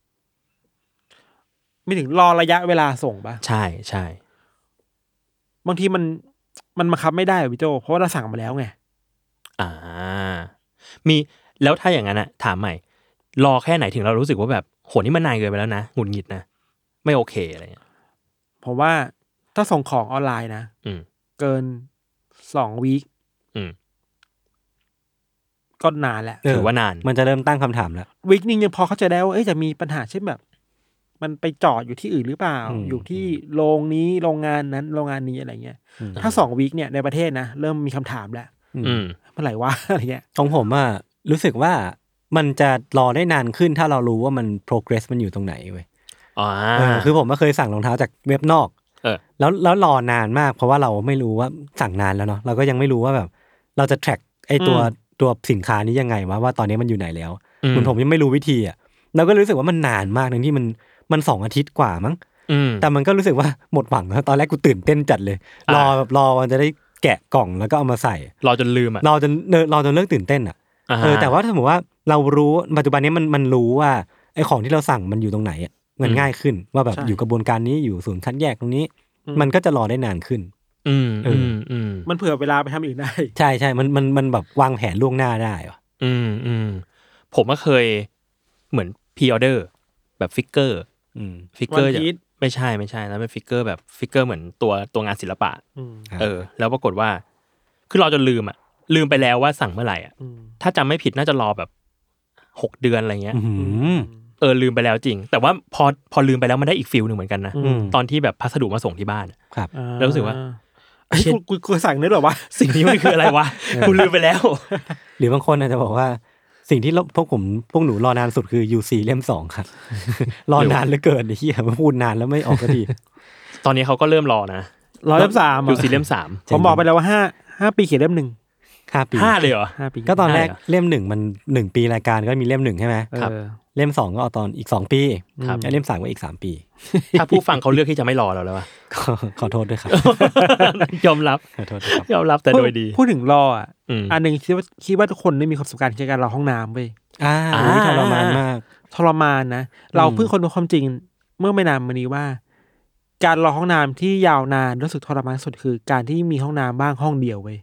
ไม่ถึงรอระยะเวลาส่งป่ะใช่ใช่บางทีมันบังคับไม่ได้พี่โจเพราะว่าเราสั่งมาแล้วไงมีแล้วถ้าอย่างนั้นถามใหม่รอแค่ไหนถึงเรารู้สึกว่าแบบโหนี่มันนานเกินไปแล้วนะหงุดหงิดนะไม่โอเคอะไรเงี้ยผมว่าถ้าส่งของออนไลน์นะเกิน2 วีคก็นานแหละถือว่านานมันจะเริ่มตั้งคำถามแล้ววีคนึงยังพอเข้าใจได้ว่าจะมีปัญหาเช่นแบบมันไปจอดอยู่ที่อื่นหรือเปล่าอยู่ที่โรงนี้โรงงานนั้นโรงงานนี้อะไรเงี้ยถ้า2 วีคเนี่ยในประเทศนะเริ่มมีคำถามแล้วเมื่อไหร่วะอะไรเงี้ยของผมรู้สึกว่ามันจะรอได้นานขึ้นถ้าเรารู้ว่ามัน progress มันอยู่ตรงไหนเว้ยคือผมเคยสั่งรองเท้าจากเว็บนอกแล้วรอนานมากเพราะว่าเราไม่รู้ว่าสั่งนานแล้วเนาะเราก็ยังไม่รู้ว่าแบบเราจะ track ไอ้ตัวสินค้านี้ยังไงว่าตอนนี้มันอยู่ไหนแล้วผมยังไม่รู้วิธีเราก็รู้สึกว่ามันนานมากทั้งที่มัน2 อาทิตย์กว่ามั้งแต่มันก็รู้สึกว่าหมดหวังแล้วตอนแรกกูตื่นเต้นจัดเลยรอมันจะได้แกะกล่องแล้วก็เอามาใส่รอจนลืมรอจนเลิกตื่นเต้นแต่ว่าถ้าสมมติว่าเรารู้ปัจจุบันนี้มันรู้ว่าไอ้ของที่เราสั่งมันอยู่ตรงไหนมันง่ายขึ้นว่าแบบอยู่กระบวนการนี้อยู่ศูนย์คัดแยกตรงนี้มันก็จะรอได้นานขึ้นมันเผื่อเวลาไปทำอื่นได้ใช่มันแบบวางแผนล่วงหน้าได้ผมก็เคยเหมือนพรีออเดอร์แบบฟิกเกอร์ไม่ใช่แล้วเป็นฟิกเกอร์แบบฟิกเกอร์เหมือนตัวงานศิลปะแล้วปรากฏว่าคือเราจนลืมไปแล้วว่าสั่งเมื่อไหร่ถ้าจำไม่ผิดน่าจะรอแบบ6 เดือนอะไรเงี้ยลืมไปแล้วจริงแต่ว่าพอลืมไปแล้วมันได้อีกฟีลนึงเหมือนกันนะตอนที่แบบพัสดุมาส่งที่บ้านครับแล้วรู้สึกว่ากูสั่งนึกหรอวะสิ่งนี้มันคืออะไรวะกูลืมไปแล้วหรือบางคนอาจจะบอกว่าสิ่งที่พวกหนูรอนานสุดคือ UC เล่ม 2ครับรอนานเหลือเกินไอ้เหี้ยมันพูดนานแล้วไม่ออกสักทีตอนนี้เขาก็เริ่มรอนะรอเล่ม 3 UC เล่ม 3 ผมบอกไปแล้วว่า5 ปีเขียนเล่ม 1 5 ปีเลยเหรอ 5 ปีก็ตอนแรกเล่ม1มัน1ปีรายการก็มีเล่ม1ใช่ไหมครับเล่ม2ก็เอาตอนอีก2ปีแล้วเล่ม3ก็อีก3ปีถ้าผู้ฟังเขาเลือกที่จะไม่รอเราแล้วขอโทษด้วยครับยอมรับขอโทษครับยอมรับแต่โดยดีพูดถึงรออ่ะอันนึงคิดว่าทุกคนได้มีประสบการณ์ในการรอห้องน้ำเว้ยทรมานมากทรมานนะเราเพิ่งค้นพบความจริงเมื่อไม่นานมานี้ว่าการรอห้องน้ำที่ยาวนานรู้สึกทรมานสุดคือการที่มีห้องน้ำบ้างห้องเดียวเว้ย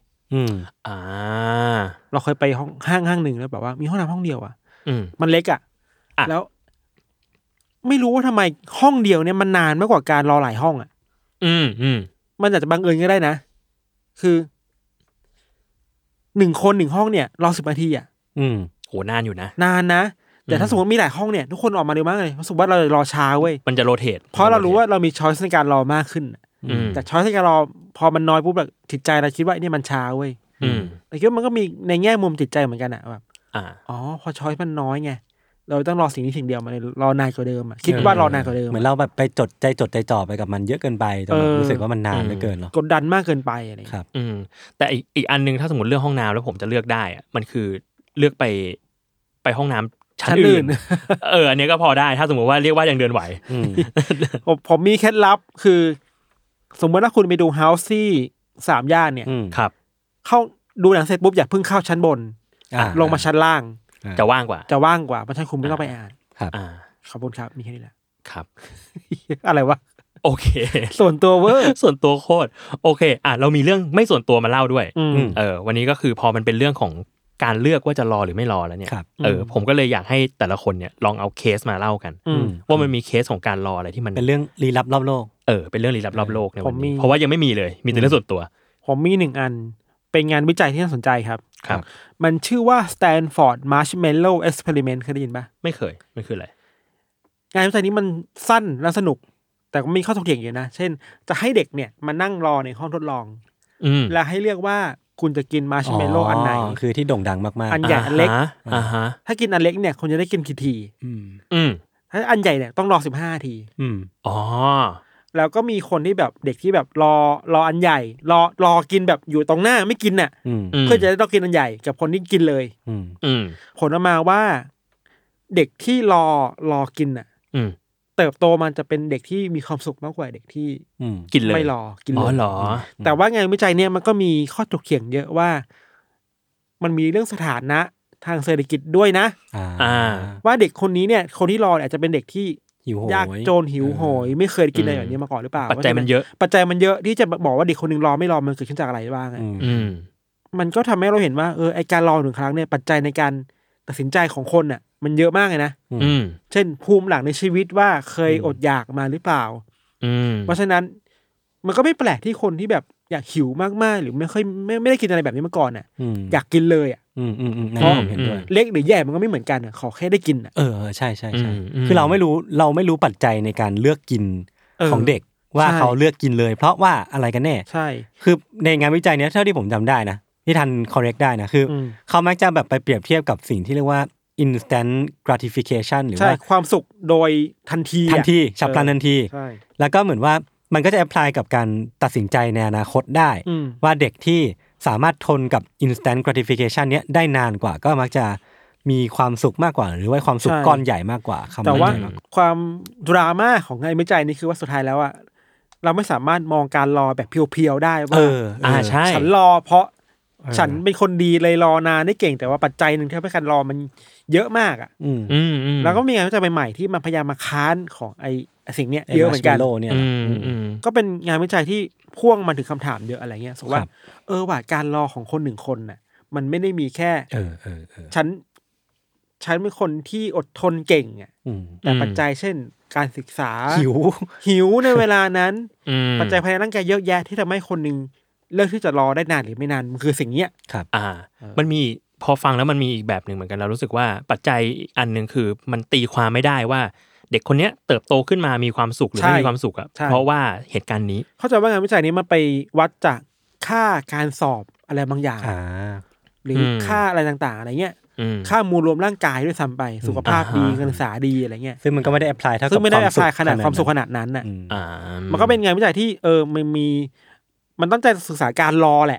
เราเคยไปห้างหนึ่งแล้วแบบว่ามีห้องน้ำห้องเดียวอ่ะมันเล็กอ่ะแล้วไม่รู้ว่าทำไมห้องเดียวเนี่ยมันนานมากกว่าการรอหลายห้องอ่ะมันอาจจะบังเอิญก็ได้นะคือ1 คน 1 ห้องเนี่ยรอ10 นาทีอ่ะโหนานอยู่นะนานนะแต่ถ้าสมมติมีหลายห้องเนี่ยทุกคนออกมาเร็วมากเลยรู้สึกว่าเรารอช้าเว้ยมันจะโรเตทเพราะเรารู้ว่าเรามีช้อยส์ในการรอมากขึ้นแต่ช้อยส์ในการรอพอมันน้อยปุ๊บแบบจิตใจเราคิดว่านี่มันช้าเว้ยแต่คิดว่ามันก็มีในแง่มุมจิตใจเหมือนกันอ่ะแบบพอช้อยส์มันน้อยไงเราต้องรอสิ่งนี้สิ่งเดียวมันรอนานกว่าเดิมอ่ะคิดว่ารอนานกว่าเดิมเหมือนเราแบบไปจดใจจ่อไปกับมันเยอะเกินไปจนรู้สึกว่ามันนานเหลือเกินเนาะกดดันมากเกินไปอะไรครับแต่อีกอันนึงถ้าสมมติเลือกห้องน้ำแล้วผมจะเลือกได้อ่ะมันคือเลือกไปห้องน้ำชั้นอื่นอันนี้ก็พอได้ถ้าสมมติว่าเรียกว่ายังเดินไหวผมมีเคล็ดลับคือสมมติว่าคุณไปดูเฮาส์ที่3 ย่านเนี่ยครับเข้าดูหนังเสร็จปุ๊บอย่าเพิ่งเข้าชั้นบนลงมาชั้นล่างจะว่างกว่าเพราะฉะนั้นคุณไม่ต้องไปอ่านครับขอบคุณครับมีแค่นี้แหละครับอะไรวะโอเคส่วนตัวเวอร์ส่วนตัวโคตรโอเคเรามีเรื่องไม่ส่วนตัวมาเล่าด้วยวันนี้ก็คือพอมันเป็นเรื่องของการเลือกว่าจะรอหรือไม่รอแล้วเนี่ยผมก็เลยอยากให้แต่ละคนเนี่ยลองเอาเคสมาเล่ากันว่ามันมีเคสของการรออะไรที่มันเป็นเรื่องลี้ลับรอบโลกเป็นเรื่องลี้ลับรอบโลกในวันนี้เพราะว่ายังไม่มีเลยมีแต่เรื่องส่วนตัวผมมี1 อันเป็นงานวิจัยที่น่าสนใจครับมันชื่อว่า Stanford Marshmallow Experiment เคยได้ยินป่ะไม่เคยมันคืออะไรงานวิจัยนี้มันสั้นและสนุกแต่ก็มีข้อถกเถียงอยู่นะเช่นจะให้เด็กเนี่ยมานั่งรอในห้องทดลองแล้วให้เลือกว่าคุณจะกินมาร์ชเมลโล่อันไหนคือที่โด่งดังมากๆอันใหญ่อันเล็กถ้ากินอันเล็กเนี่ยคุณจะได้กินกี่ทีถ้าอันใหญ่เนี่ยต้องรอ15 นาทีแล้วก็มีคนที่แบบเด็กที่แบบรออันใหญ่รอกินแบบอยู่ตรงหน้าไม่กินน่ะเพื่อจะได้ต้องกินอันใหญ่กับคนที่กินเลยผลออกมาว่าเด็กที่รอกินน่ะเติบโตมันจะเป็นเด็กที่มีความสุขมากกว่าเด็กที่กินเลยไม่รอกินเลยหรอแต่ว่างานวิจัยเนี่ยมันก็มีข้อถกเถียงเยอะว่ามันมีเรื่องสถานะทางเศรษฐกิจด้วยนะว่าเด็กคนนี้เนี่ยคนที่รออาจจะเป็นเด็กที่ยากจนหิวโหยไม่เคยกินอะไรแบบนี้มาก่อนหรือเปล่าปัจจัยมันเยอะที่จะบอกว่าเด็กคนนึงรอไม่รอมันเกิดขึ้นจากอะไรบ้างมันก็ทำให้เราเห็นว่าไอการรอ1 ครั้งเนี่ยปัจจัยในการตัดสินใจของคนน่ะมันเยอะมากเลยนะเช่นภูมิหลังในชีวิตว่าเคยอดอยากมาหรือเปล่าเพราะฉะนั้นมันก็ไม่แปลกที่คนที่แบบอยากหิวมากๆหรือไม่ได้กินอะไรแบบนี้มาก่อนน่ะอยากกินเลยเพราะผมเห็นด้วยเล็กหรือใหญ่มันก็ไม่เหมือนกันขอแค่ได้กินใช่คือเราไม่รู้ปัจจัยในการเลือกกินของเด็กว่าเขาเลือกกินเลยเพราะว่าอะไรกันแน่ใช่คือในงานวิจัยเนี้ยเท่าที่ผมจำได้นะที่ทัน correct ได้นะคือเขามักจะแบบไปเปรียบเทียบกับสิ่งที่เรียกว่า instant gratification หรือว่าความสุขโดยทันทีฉับพลันทันทีแล้วก็เหมือนว่ามันก็จะ apply กับการตัดสินใจในอนาคตได้ว่าเด็กที่สามารถทนกับ instant gratification เนี้ยได้นานกว่าก็มักจะมีความสุขมากกว่าหรือว่าความสุขก้อนใหญ่มากกว่าแต่ว่าความดราม่าของงานวิจัยนี้คือว่าสุดท้ายแล้วอะเราไม่สามารถมองการรอแบบเพียวๆได้ว่าใช่ฉันรอเพราะฉันเป็นคนดีเลยรอนานได้เก่งแต่ว่าปัจจัยหนึ่งที่ทำให้การรอมันเยอะมากอ่ะแล้วก็มีงานวิจัยใหม่ๆที่มันพยายามมาค้านของไอ้สิ่งเนี้ยเยอะเหมือนกันก็เป็นงานวิจัยที่พ่วงมาถึงคำถามเยอะอะไรเงี้ยสมมติว่าว่าการรอของคน1 คนน่ะมันไม่ได้มีแค่ฉันเป็นคนที่อดทนเก่งอ่ะแต่ปัจจัยเช่นการศึกษาหิวในเวลานั้นปัจจัยภายในร่างกายเยอะแยะที่ทำให้คนนึงเลือกที่จะรอได้นานหรือไม่นานมันคือสิ่งเนี้ยครับมันมีพอฟังแล้วมันมีอีกแบบนึงเหมือนกันเรารู้สึกว่าปัจจัยอันนึงคือมันตีความไม่ได้ว่าเด็กคนนี้เติบโตขึ้นมามีความสุขหรือไม่มีความสุขอ่ะเพราะว่าเหตุการณ์นี้เข้าใจว่างานวิจัยนี้มันไปวัดจากค่าการสอบอะไรบางอย่างหรือค่าอะไรต่างๆอะไรเงี้ยค่ามวลรวมร่างกายด้วยซ้ำไปสุขภาพดีการศึกษาดีอะไรเงี้ยซึ่งมันก็ไม่ได้แอพพลายเท่ากับขนาดความสุขขนาดนั้นน่ะมันก็เป็นงานวิจัยที่มันต้องใจศึกษาการรอแหละ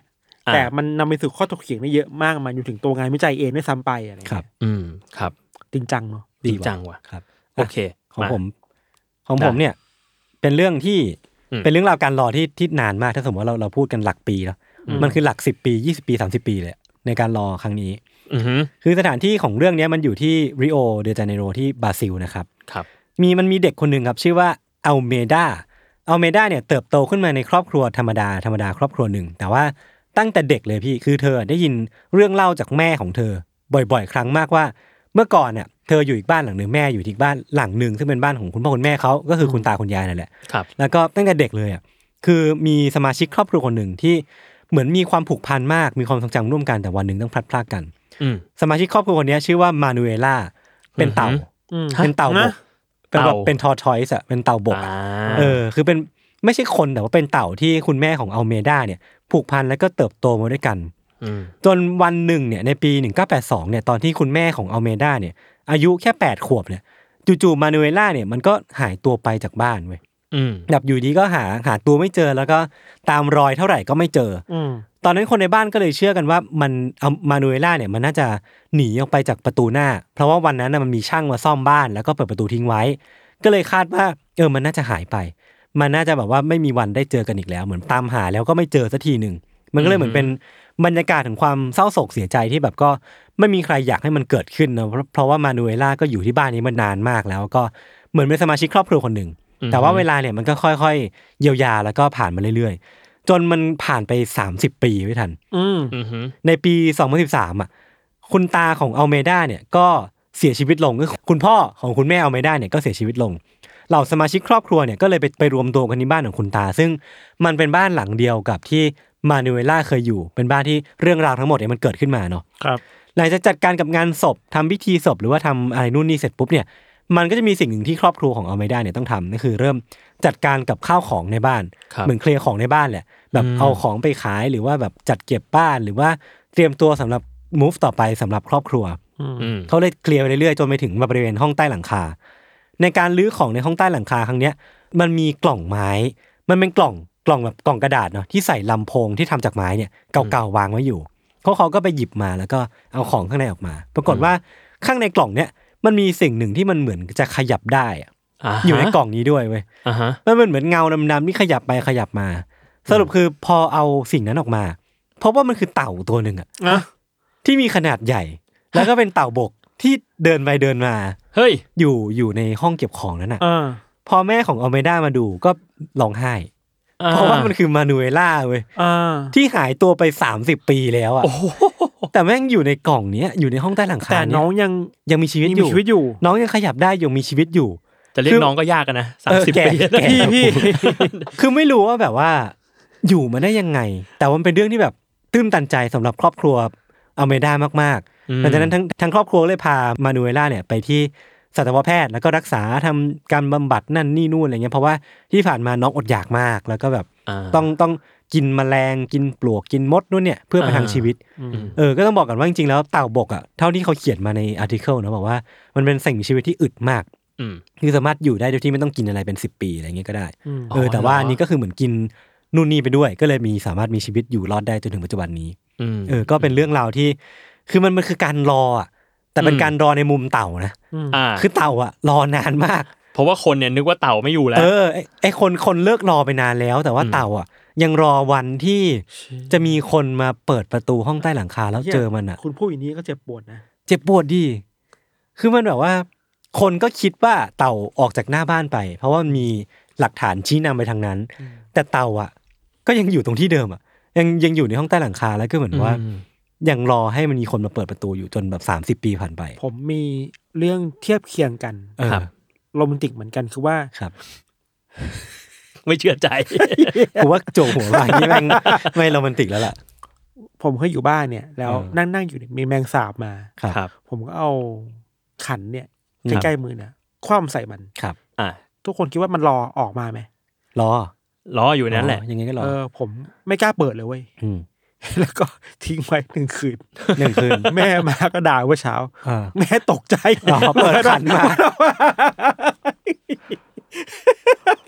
แต่มันนำไปสู่ข้อถกเถียงได้เยอะมากมาอยู่ถึงตัวงานวิจัยเองด้วยซ้ำไปอะไรครับครับจริงจังเนาะจริงจังว่ะครับโอเคของผมเนี่ยเป็นเรื่องที่เป็นเรื่องราวการรอที่นานมากถ้าสมมติว่าเราพูดกันหลักปีแล้วมันคือหลัก10 ปี20 ปี30 ปีเลยในการรอครั้งนี้คือสถานที่ของเรื่องนี้มันอยู่ที่ริโอเดจาเนโรที่บราซิลนะครับมันมีเด็กคนหนึ่งครับชื่อว่าอัลเมดาเนี่ยเติบโตขึ้นมาในครอบครัวธรรมดาครอบครัวหนึ่งแต่ว่าตั้งแต่เด็กเลยพี่คือเธอได้ยินเรื่องเล่าจากแม่ของเธอบ่อยๆครั้งมากว่าเมื่อก่อนเนี่ยเธออยู่อีกบ้านหลังนึงแม่อยู่อีกบ้านหลังนึงซึ่งเป็นบ้านของคุณพ่อคุณแม่เขาก็คือคุณตาคุณยายนั่นแหละแล้วก็ตั้งแต่เด็กเลยอ่ะคือมีสมาชิกครอบครัวคนหนึ่งที่เหมือนมีความผูกพันมากมีความทรงจำร่วมกันแต่วันนึงต้องพลัดพรากกันสมาชิกครอบครัวคนนี้ชื่อว่ามานูเอล่าเป็นเต่าบกเป็นแบบเป็นทอร์ทอยส์อ่ะเป็นเต่าบกคือเป็นไม่ใช่คนแต่ว่าเป็นเต่าที่คุณแม่ของอัลเมดาเนี่ยผูกพันแล้วก็เติบโตมาด้วยกันจนวันหนึ่งเนี่ยในปี1982เนี่ยตอนที่คุณแม่ของอัลเมดาเนี่ยอายุแค่8 ขวบเนี่ยจู่ๆมานูเอล่าเนี่ยมันก็หายตัวไปจากบ้านเว้ยแบบอยู่ดีก็หาตัวไม่เจอแล้วก็ตามรอยเท่าไหร่ก็ไม่เจอตอนนั้นคนในบ้านก็เลยเชื่อกันว่ามันมานูเอล่าเนี่ยมันน่าจะหนีออกไปจากประตูหน้าเพราะว่าวันนั้นมันมีช่างมาซ่อมบ้านแล้วก็เปิดประตูทิ้งไว้ก็เลยคาดว่ามันน่าจะหายไปมันน่าจะแบบว่าไม่มีวันได้เจอกันอีกแล้วเหมือนตามหาแล้วก็ไม่เจอสักทีนึงมันก็เลยเหมือนเป็นบรรยากาศของความเศร้าโศกเสียใจที่แบบก็ไม่มีใครอยากให้มันเกิดขึ้นนะเพราะว่ามานูเอล่าก็อยู่ที่บ้านนี้มานานมากแล้วก็เหมือนเป็นสมาชิกครอบครัวคนหนึ่งแต่ว่าเวลาเนี่ยมันก็ค่อยๆเยียวยาแล้วก็ผ่านมาเรื่อยๆจนมันผ่านไป30 ปีไม่ทันในปี2013อ่ะคุณตาของอัลเมดาเนี่ยก็เสียชีวิตลงก็คุณพ่อของคุณแม่อัลเมดาเนี่ยก็เสียชีวิตลงเหล่าสมาชิกครอบครัวเนี่ยก็เลยไปรวมตัวกันที่บ้านของคุณตาซึ่งมันเป็นบ้านหลังเดียวกับที่มานูเอล่าเคยอยู่เป็นบ้านที่เรื่องราวทั้งหมดเนี่ยมันเกิดขึ้นมาเนาะครับหลังจากจัดการกับงานศพทำพิธีศพหรือว่าทำอะไรนู่นนี่เสร็จปุ๊บเนี่ยมันก็จะมีสิ่งหนึ่งที่ครอบครัวของอัลเมดาเนี่ยต้องทำนั่นคือเริ่มจัดการกับข้าวของในบ้านเหมือนเคลียร์ของในบ้านแหละแบบเอาของไปขายหรือว่าแบบจัดเก็บบ้านหรือว่าเตรียมตัวสำหรับ move ต่อไปสำหรับครอบครัวเขาเลยเคลียร์ไปเรื่อยๆจนไปถึงบริเวณห้องใต้หลังคาในการลื้อของในห้องใต้หลังคาครั้งเนี้ยมันมีกล่องไม้มันเป็นกล่องแบบกล่องกระดาษเนาะที่ใส่ลำโพงที่ทำจากไม้เนี่ยเก่าๆวางไว้อยู่เขาก็ไปหยิบมาแล้วก็เอาของข้างในออกมาปรากฏว่าข้างในกล่องเนี้ยมันมีสิ่งหนึ่งที่มันเหมือนจะขยับได้อยู่ในกล่องนี้ด้วยเว้ยมันเหมือนเงาดำๆที่ขยับไปขยับมาสรุปคือพอเอาสิ่งนั้นออกมาเพราะว่ามันคือเต่าตัวนึงอ่ะที่มีขนาดใหญ่แล้วก็เป็นเต่าบกที่เดินไปเดินมาเฮ้ยอยู่ในห้องเก็บของนั้นน่ะพอแม่ของอัลเมดามาดูก็ร้องไห้เพราะว่ามันคือมานูเอล่าเว้ยที่หายตัวไป30 ปีแล้วอ่ะแต่แม่งอยู่ในกล่องนี้อยู่ในห้องใต้หลังคาแต่น้องยังมีชีวิตอยู่น้องยังขยับได้ยังมีชีวิตอยู่จะเรียกน้องก็ยากนะ30 ปีพี่คือไม่รู้ว่าแบบว่าอยู่มาได้ยังไงแต่ว่าเป็นเรื่องที่แบบตื้นตันใจสำหรับครอบครัวอัลเมดามากๆหลังจากนั้นทั้งครอบครัวเลยพามานูเอล่าเนี่ยไปที่สัตวแพทย์แล้วก็รักษาทำการบำบัดนั่นนี่นู่นอะไรเงี้ยเพราะว่าที่ผ่านมาน้องอดอยากมากแล้วก็แบบต้องกินแมลงกินปลวกกินมดนู่นเนี่ยเพื่อประทังชีวิตก็ต้องบอกกันว่าจริงๆแล้วเต่าบกอ่ะเท่าที่เขาเขียนมาในอาร์ติเคิลนะบอกว่ามันเป็นสิ่งมีชีวิตที่อึดมากคือสามารถอยู่ได้โดยที่ไม่ต้องกินอะไรเป็น10 ปีอะไรเงี้ยก็ได้แต่ว่าอันนี้ก็คือเหมือนกินนู่นนี่ไปด้วยก็เลยสามารถมีชีวิตอยู่รอดได้จนถึงปัจจุบันนี้ก็เป็นเรื่องราวที่คือมันคือการรออ่ะแต่เป็นการรอในมุมเต่านะคือเต่าอ่ะรอนานมากเพราะว่าคนเนี่ยนึกว่าเต่าไม่อยู่แล้วไอคนเลิกรอไปนานแล้วแต่ว่าเต่าอ่ะยังรอวันที่จะมีคนมาเปิดประตูห้องใต้หลังคาแล้วเจอมันอ่ะคุณพูดอย่างนี้ก็เจ็บปวดนะเจ็บปวดดิคือมันแบบว่าคนก็คิดว่าเต่าออกจากหน้าบ้านไปเพราะว่ามีหลักฐานชี้นำไปทางนั้นแต่เต่าอ่ะก็ยังอยู่ตรงที่เดิมอ่ะยังอยู่ในห้องใต้หลังคาแล้วก็เหมือนว่ายังรอให้มันมีคนมาเปิดประตูอยู่จนแบบ30 ปีผ่านไปผมมีเรื่องเทียบเคียงกันโรแมนติกเหมือนกันคือว่าครับไม่เชื่อใจกูว่าโจหัวว่านี่แม่งไม่โรแมนติกแล้วล่ะผมเคยอยู่บ้านเนี่ยแล้วนั่งอยู่มีแมงสาบมาครับผมก็เอาขันเนี่ยใกล้ๆมือเนี่ยคว่ำใส่มันครับทุกคนคิดว่ามันรอออกมาไหมรออยู่นั่นแหละยังไงก็รอผมไม่กล้าเปิดเลยเว้ยแล้วก็ทิ้งไว้1 คืนแม่มาก็ด่าว่าเช้าแม่ตกใจเปิดขันมา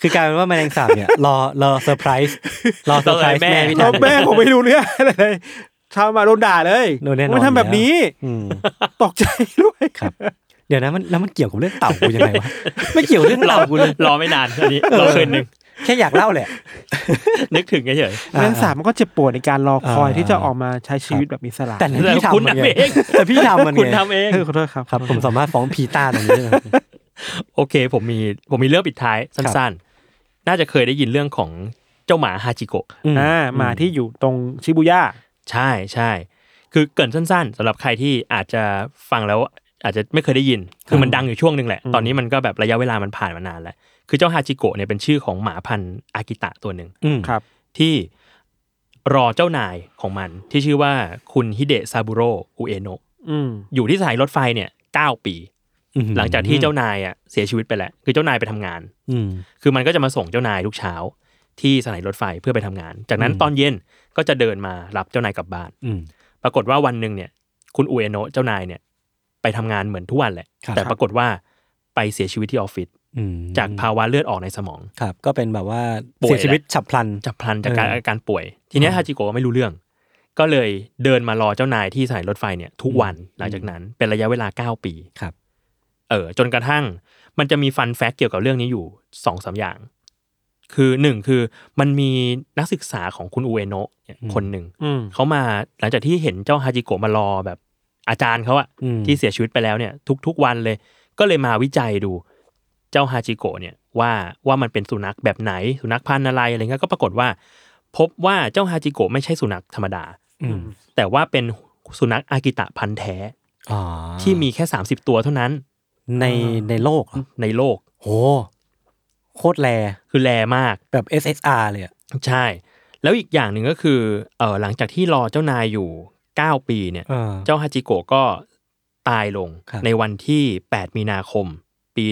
คือกลายเป็นว่าแมลงสาบเนี่ยรอเซอร์ไพรส์แม่พี่ทันแม่ผมไม่รู้เรื่องอะไรชาวมาโดนด่าเลยไม่ทำแบบนี้ตกใจด้วยครับเดี๋ยวนะมันเกี่ยวกับเรื่องเต่ากูยังไงวะไม่เกี่ยวเรื่องเต่ากูเลยรอไม่นานอันนี้รอคืนนึงแค่อยากเล่าแหละนึกถึงเฉยๆแมลงสาบมันก็เจ็บปวดในการรอคอยที่จะออกมาใช้ชีวิตแบบอิสระแต่พี่ทำมันเองแต่พี่ทำมันคุณทำเองขอโทษครับครับผมสามารถฟ้องพีต้าตรงนี้โอเคผมมีเรื่องปิดท้ายสั้นๆน่าจะเคยได้ยินเรื่องของเจ้าหมาฮาจิโกะหมาที่อยู่ตรงชิบูย่าใช่ใช่คือเกริ่นสั้นๆสำหรับใครที่อาจจะฟังแล้วอาจจะไม่เคยได้ยินคือมันดังอยู่ช่วงนึงแหละตอนนี้มันก็แบบระยะเวลามันผ่านมานานแล้วคือเจ้าฮาจิโกะเนี่ยเป็นชื่อของหมาพันธุ์อากิตะตัวหนึ่งที่รอเจ้านายของมันที่ชื่อว่าคุณฮิเดะซาบุโร่อุเอโนะอยู่ที่สถานีรถไฟเนี่ย9 ปีหลังจากที่เจ้านายอ่ะเสียชีวิตไปแล้วคือเจ้านายไปทำงานคือมันก็จะมาส่งเจ้านายทุกเช้าที่สถานีรถไฟเพื่อไปทำงานจากนั้นตอนเย็นก็จะเดินมารับเจ้านายกลับบ้านปรากฏว่าวันนึงเนี่ยคุณอุเอโนะเจ้านายเนี่ยไปทำงานเหมือนทุกวันแหละแต่ปรากฏว่าไปเสียชีวิตที่ออฟฟิศจากภาวะเลือดออกในสมองครับก็เป็นแบบว่าเสียชีวิตฉับพลันจากอาการป่วยทีนี้ฮาจิโกะไม่รู้เรื่องก็เลยเดินมารอเจ้านายที่สถานีรถไฟเนี่ยทุกวันหลังจากนั้นเป็นระยะเวลา9 ปีครับจนกระทั่งมันจะมีฟันแฟกต์เกี่ยวกับเรื่องนี้อยู่ 2-3 อย่างคือ1คือมันมีนักศึกษาของคุณอุเอโนะคนหนึ่งเขามาหลังจากที่เห็นเจ้าฮาจิโกะมารอแบบอาจารย์เขาอะที่เสียชีวิตไปแล้วเนี่ยทุกวันเลยก็เลยมาวิจัยดูเจ้าฮาจิโกะเนี่ยว่ามันเป็นสุนัขแบบไหนสุนัขพันธุ์อะไรเงี้ยก็ปรากฏว่าพบว่าเจ้าฮาจิโกะไม่ใช่สุนัขธรรมดาแต่ว่าเป็นสุนัขอากิตะพันธุ์แท้ที่มีแค่30 ตัวเท่านั้นในโลกโหโคตรแรคือแรมากแบบ SSR เลยอ่ะใช่แล้วอีกอย่างหนึ่งก็คือหลังจากที่รอเจ้านายอยู่9 ปีเนี่ยเจ้าฮาจิโกะก็ตายลงในวันที่8 มีนาคมปี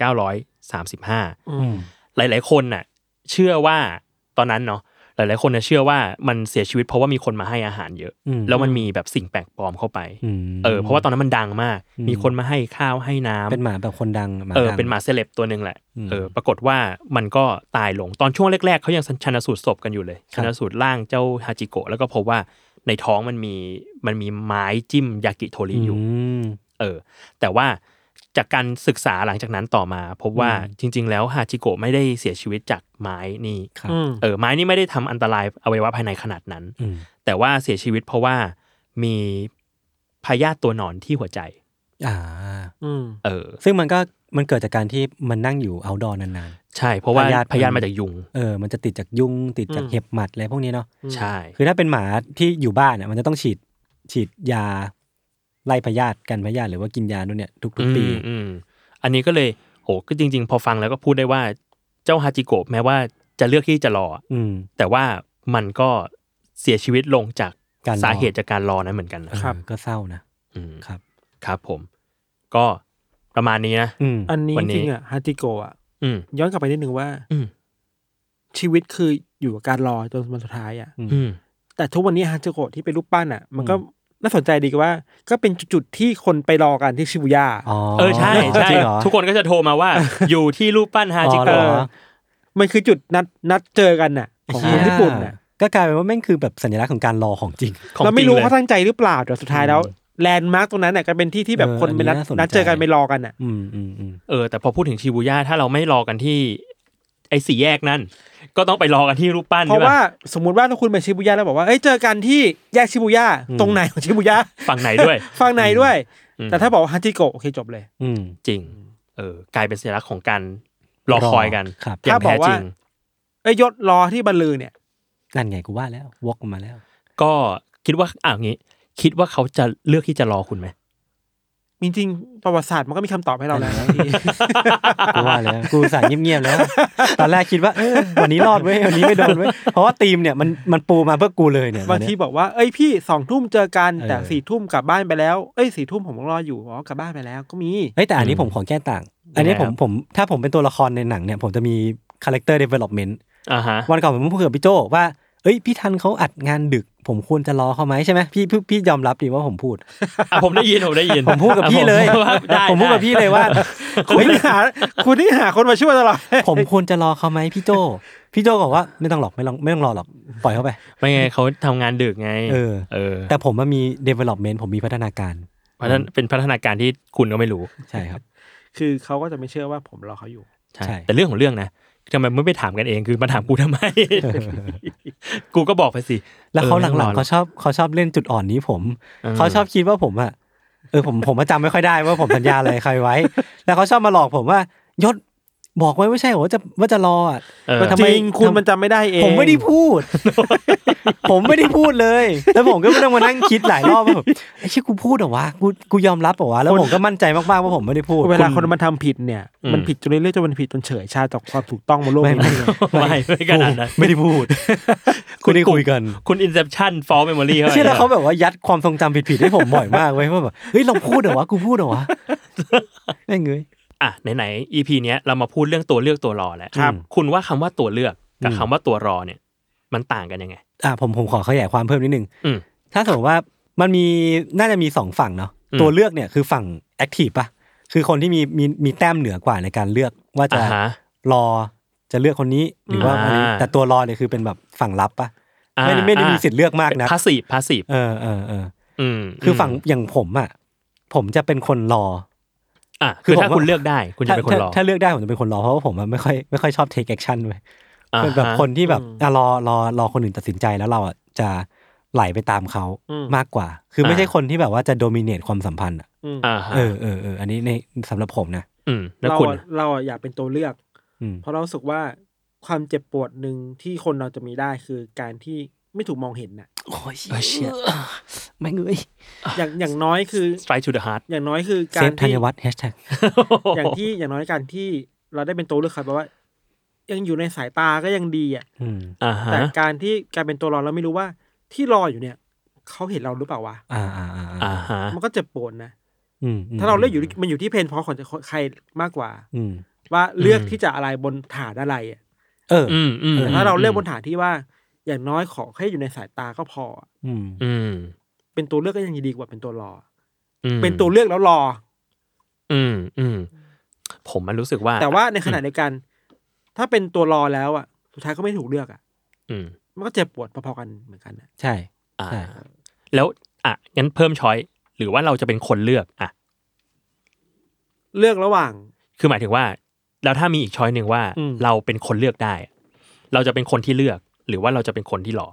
1935หลายๆคนน่ะเชื่อว่าตอนนั้นเนาะหลายๆคนน่ะเชื่อว่ามันเสียชีวิตเพราะว่ามีคนมาให้อาหารเยอะแล้วมันมีแบบสิ่งแปลกปลอมเข้าไปเพราะว่าตอนนั้นมันดังมากมีคนมาให้ข้าวให้น้ำเป็นหมาแบบคนดังเป็นหมาเซเลบตัวนึงแหละปรากฏว่ามันก็ตายลงตอนช่วงแรกๆเขายังชันสูตรศพกันอยู่เลยชันสูตรร่างเจ้าฮาจิโกะแล้วก็พบว่าในท้องมันมีไม้จิ้มยากิโทริอยู่แต่ว่าจากการศึกษาหลังจากนั้นต่อมาพบว่าจริงๆแล้วฮาจิโกะไม่ได้เสียชีวิตจากไม้นี่ไม้นี่ไม่ได้ทำอันตรายอวัยวะภายในขนาดนั้นแต่ว่าเสียชีวิตเพราะว่ามีพยาธิตัวหนอนที่หัวใจซึ่งมันเกิดจากการที่มันนั่งอยู่เอาท์ดอร์นานๆใช่เพราะว่าพยาธิมาจากยุงมันจะติดจากยุงติดจากเห็บหมัดอะไรพวกนี้เนาะใช่คือถ้าเป็นหมาที่อยู่บ้านเนี่ยมันจะต้องฉีดยาไล่พยาธิกันพยาธิหรือว่ากินยาด้วยเนี่ยทุกปีอันนี้ก็เลยโหก็จริงๆพอฟังแล้วก็พูดได้ว่าเจ้าฮาจิโกะแม้ว่าจะเลือกที่จะรอแต่ว่ามันก็เสียชีวิตลงจากสาเหตุจากการรอนั้นเหมือนกันนะครับก็เศร้านะครับครับผมก็ประมาณนี้นะอันนี้จริงฮาจิโกะย้อนกลับไปนิดนึงว่าชีวิตคืออยู่กับการรอจนวันสุดท้ายแต่ทุกวันนี้ฮาจิโกะที่เป็นรูปปั้นมันก็น่าสนใจดีกว่าก็เป็นจุดที่คนไปรอกันที่ชิบูย่าใช่ใช่ทุกคนก็จะโทรมาว่าอยู่ที่รูปปั้นฮาจิโกะมันคือจุดนัดเจอกันของคนญี่ปุ่นก็กลายเป็นว่าแม่งคือแบบสัญลักษณ์ของการรอของจริงเราไม่รู้เขาตั้งใจหรือเปล่าแต่สุดท้ายแล้วแลนด์มาร์กตรงนั้นก็เป็นที่แบบคนไปนัดเจอกันไปรอกันแต่พอพูดถึงชิบูย่าถ้าเราไม่รอกันที่ไอ้4 แยกนั่นก็ต้องไปรอกันที่รูปปั้นเพราะว่าสมมุติว่าถ้าคุณไปชิบูย่าแล้วบอกว่าเจอกันที่แยกชิบูย่าตรงไหนของชิบูย่าฝั่งไหนด้วยฝั่งไหนด้วยแต่ถ้าบอกฮาจิโกะโอเคจบเลยจริงกลายเป็นสัญลักษณ์ของการรอคอยกันอย่างแท้จริงยศรอที่บรรลือเนี่ยนั่นไงกูว่าแล้ววอกมาแล้วก็คิดว่างี้คิดว่าเขาจะเลือกที่จะรอคุณไหมจริงๆประวัติศาสตร์มันก็มีคำตอบให้เราแล้วกูว่าแล้วกูสายเงียบๆแล้วตอนแรกคิดว่าวันนี้รอดเว้ยวันนี้ไม่โดนเว้ยเพราะว่าทีมเนี่ยมันปูมาเพื่อกูเลยเนี่ยบางทีบอกว่าพี่ 20:00 นเจอกันแต่ 4:00 นกลับบ้านไปแล้ว4:00 นผมรออยู่กลับบ้านไปแล้วก็มีแต่อันนี้ผมขอแก้ต่างอันนี้ผมถ้าผมเป็นตัวละครในหนังเนี่ยผมจะมี character development วันก่อนผมพูดกับพี่โจว่าเอ้ยพี่ทันเขาอัดงานดึกผมควรจะรอเขาไหมใช่ไหมพี่ยอมรับดิว่าผมพูดผมได้ยินผมพูดกับพี่เลยผมพูดกับพี่เลยว่าคุณนี่หาคนมาช่วยตลอดผมควรจะรอเขาไหมพี่โจบอกว่าไม่ต้องหรอกไม่ต้องรอหรอกปล่อยเขาไปไม่ไงเขาทำงานดึกไงแต่ผมมันมี development ผมมีพัฒนาการเพราะฉะนั้นเป็นพัฒนาการที่คุณก็ไม่รู้ใช่ครับคือเขาก็จะไม่เชื่อว่าผมรอเขาอยู่ใช่แต่เรื่องของเรื่องนะทำไมไม่ไปถามกันเองคือมาถามกูทำไม กูก็บอกไปสิแล้วเขาหลังๆเขาชอบเล่นจุดอ่อนนี้ผมเขาชอบคิดว่าผมอะผมจำไม่ค่อยได้ว่าผมสัญญาอะไรใครไว้แล้วเขาชอบมาหลอกผมว่ายศบอกไว้ไม่ใช่เหรอว่าจะรออ่ะจริงคุณมันจำไม่ได้เองผมไม่ได้พูด ผมไม่ได้พูดเลยแล้วผมก็ไม่ต้องมานั่งคิดหลายรอบว่าไอ้เชี่ยกูพูดเหรอวะกูยอมรับเหรอวะแล้วผมก็มั่นใจมากๆว่าผมไม่ได้พูดเวลาคนมันทำผิดเนี่ยมันผิดจนเรื่อยๆจนมันผิดจนเฉยชาจากความถูกต้องบนโลกนี้ไม่ขนาดนั้นไม่ได้พูดคุณได้คุยกันคุณ Inception False Memory เชื่อแล้วเขาแบบว่ายัดความทรงจำผิดๆให้ผมบ่อยมากเว้ยว่าแบบเฮ้ยเราพูดเหรอวะกูพูดเหรอวะไม่เงยไหนๆ EP เนี้ยเรามาพูดเรื่องตัวเลือกตัวรอแล้วคุณว่าคำว่าตัวเลือกกับคำว่าตัวรอเนี่ยมันต่างกันยังไงผมขอขยายความเพิ่มนิดนึงถ้าสมมติว่ามันน่าจะมี2ฝั่งเนาะตัวเลือกเนี่ยคือฝั่งแอคทีฟป่ะคือคนที่มีแต้มเหนือกว่าในการเลือกว่าจะรอจะเลือกคนนี้หรือว่าแต่ตัวรอเนี่ยคือเป็นแบบฝั่งรับป่ะไม่ได้มีสิทธิ์เลือกมากนะพาสซีฟคือฝั่งอย่างผมจะเป็นคนรอคือถ้าคุณเลือกได้คุณจะเป็นคนรอถ้าเลือกได้ผมจะเป็นคนรอเพราะว่าผมไม่ค่อยชอบ take action เว้ยเป็นแบบคนที่แบบรอคนอื่นตัดสินใจแล้วเราจะไหลไปตามเขามากกว่าคือไม่ใช่คนที่แบบว่าจะ dominate ความสัมพันธ์อันนี้ในสำหรับผมนะแล้วเราอยากเป็นตัวเลือกเพราะเราสึกว่าความเจ็บปวดนึงที่คนเราจะมีได้คือการที่ไม่ถูกมองเห็นน่ะโอ้ยเชี่ยไม่เงยอย่างน้อยคือ strike to the heart อย่างน้อยคือการที่ธัญวัฒน์อย่างน้อยการที่เราได้เป็นตัวเลือกครับแปลว่ายังอยู่ในสายตาก็ยังดีอ่ะแต่การเป็นตัวรอเราไม่รู้ว่าที่รออยู่เนี่ยเขาเห็นเราหรือเปล่าวะมันก็เจ็บปวดนะถ้าเราเลือกอยู่มันอยู่ที่เพนพอของใครมากกว่าว่าเลือกที่จะอะไรบนฐานอะไรอ่ะแต่ถ้าเราเลือกบนฐานที่ว่าอย่างน้อยขอแค่อยู่ในสายตาก็พอเป็นตัวเลือกก็ยังดีกว่าเป็นตัวรอเป็นตัวเลือกแล้วรอผมมันรู้สึกว่าแต่ว่าในขณะเดียวกันถ้าเป็นตัวรอแล้วอ่ะสุดท้ายก็ไม่ถูกเลือกอ่ะมันก็เจ็บปวดพอๆกันเหมือนกันนะใช่แล้วงั้นเพิ่มช้อยหรือว่าเราจะเป็นคนเลือกเลือกระหว่างคือหมายถึงว่าแล้วถ้ามีอีกช้อยหนึ่งว่าเราเป็นคนเลือกได้เราจะเป็นคนที่เลือกหรือว่าเราจะเป็นคนที่ร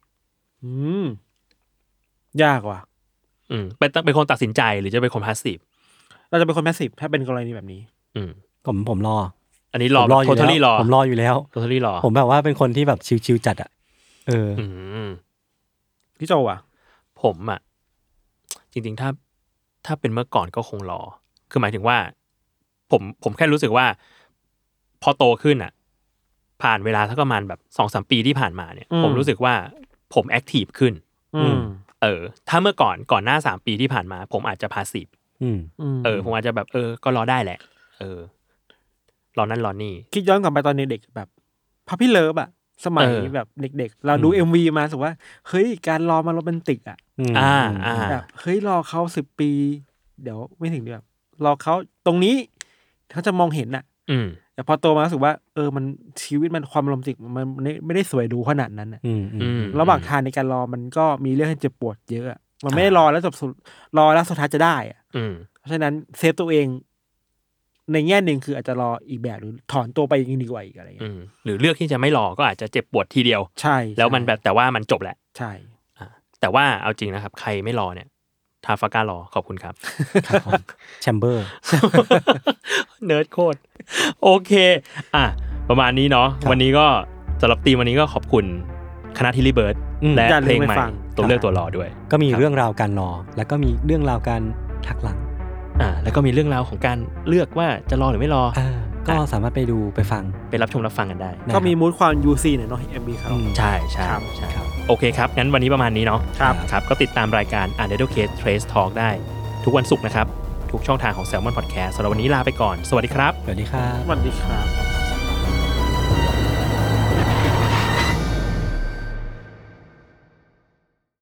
อยากว่ะเป็นคนตัดสินใจหรือจะเป็นคนพาสซีฟเราจะเป็นคนพาสซีฟถ้าเป็นกรณีแบบนี้ผมรออันนี้รอโททอลี่รอผมรออยู่แล้วโททอลี่รอผมแบบว่าเป็นคนที่แบบชิลๆจัดพี่โจอ่ะผมจริงๆถ้าเป็นเมื่อก่อนก็คงรอคือหมายถึงว่าผมแค่รู้สึกว่าพอโตขึ้นผ่านเวลาสักประมาณแบบ 2-3 ปีที่ผ่านมาเนี่ยผมรู้สึกว่าผมแอคทีฟขึ้นถ้าเมื่อก่อนหน้า3 ปีที่ผ่านมาผมอาจจะพาสซีฟผมอาจจะแบบก็รอได้แหละรอนั่นรอนี่คิดย้อนกลับไปตอนเด็กแบบพัพพี่เลิฟสมัยแบบเด็กๆเราดู MV มาสึกว่าเฮ้ยการรอมาโรแมนติกแบบเฮ้ยรอเขา10 ปีเดี๋ยวไม่ถึงแบบรอเขาตรงนี้เขาจะมองเห็นแต่พอโตมารู้สึกว่ามันชีวิตมันความโรแมนติกมันไม่ได้สวยดูขนาดนั้นระหว่างทางในการรอมันก็มีเรื่องให้เจ็บปวดเยอะมันไม่ได้รอแล้วรอแล้วสุดท้ายจะได้เพราะฉะนั้นเซฟตัวเองในแง่หนึ่งคืออาจจะรออีกแบบหรือถอนตัวไปยังดีกว่าอีกอะไรอย่างเงี้ยหรือเลือกที่จะไม่รอก็อาจจะเจ็บปวดทีเดียวใช่แล้วมันแบบแต่ว่ามันจบแหละใช่แต่ว่าเอาจริงนะครับใครไม่รอเนี่ยทาฟาก้ารอขอบคุณครับแชมเบอร์เนิร์ดโคตรโอเคประมาณนี้เนาะวันนี้ก็สำหรับทีมวันนี้ก็ขอบคุณคณะทิลลี่เบิร์ดและเพลงใหม่ตัวเลือกตัวรอด้วยก็มีเรื่องราวการรอแล้วก็มีเรื่องราวการทักหลังแล้วก็มีเรื่องราวของการเลือกว่าจะรอหรือไม่รอก็สามารถไปดูไปฟังไปรับชมรับฟังกันได้ก็มีมูดความ UC หน่อยเนาะ MB ครับใช่ใช่ครับโอเคครับงั้นวันนี้ประมาณนี้เนาะครับก็ติดตามรายการ Untitled Case Trace Talk ได้ทุกวันศุกร์นะครับทุกช่องทางของ Salmon Podcast สำหรับวันนี้ลาไปก่อนสวัสดีครับสวัสดีครับสวัสดีครับ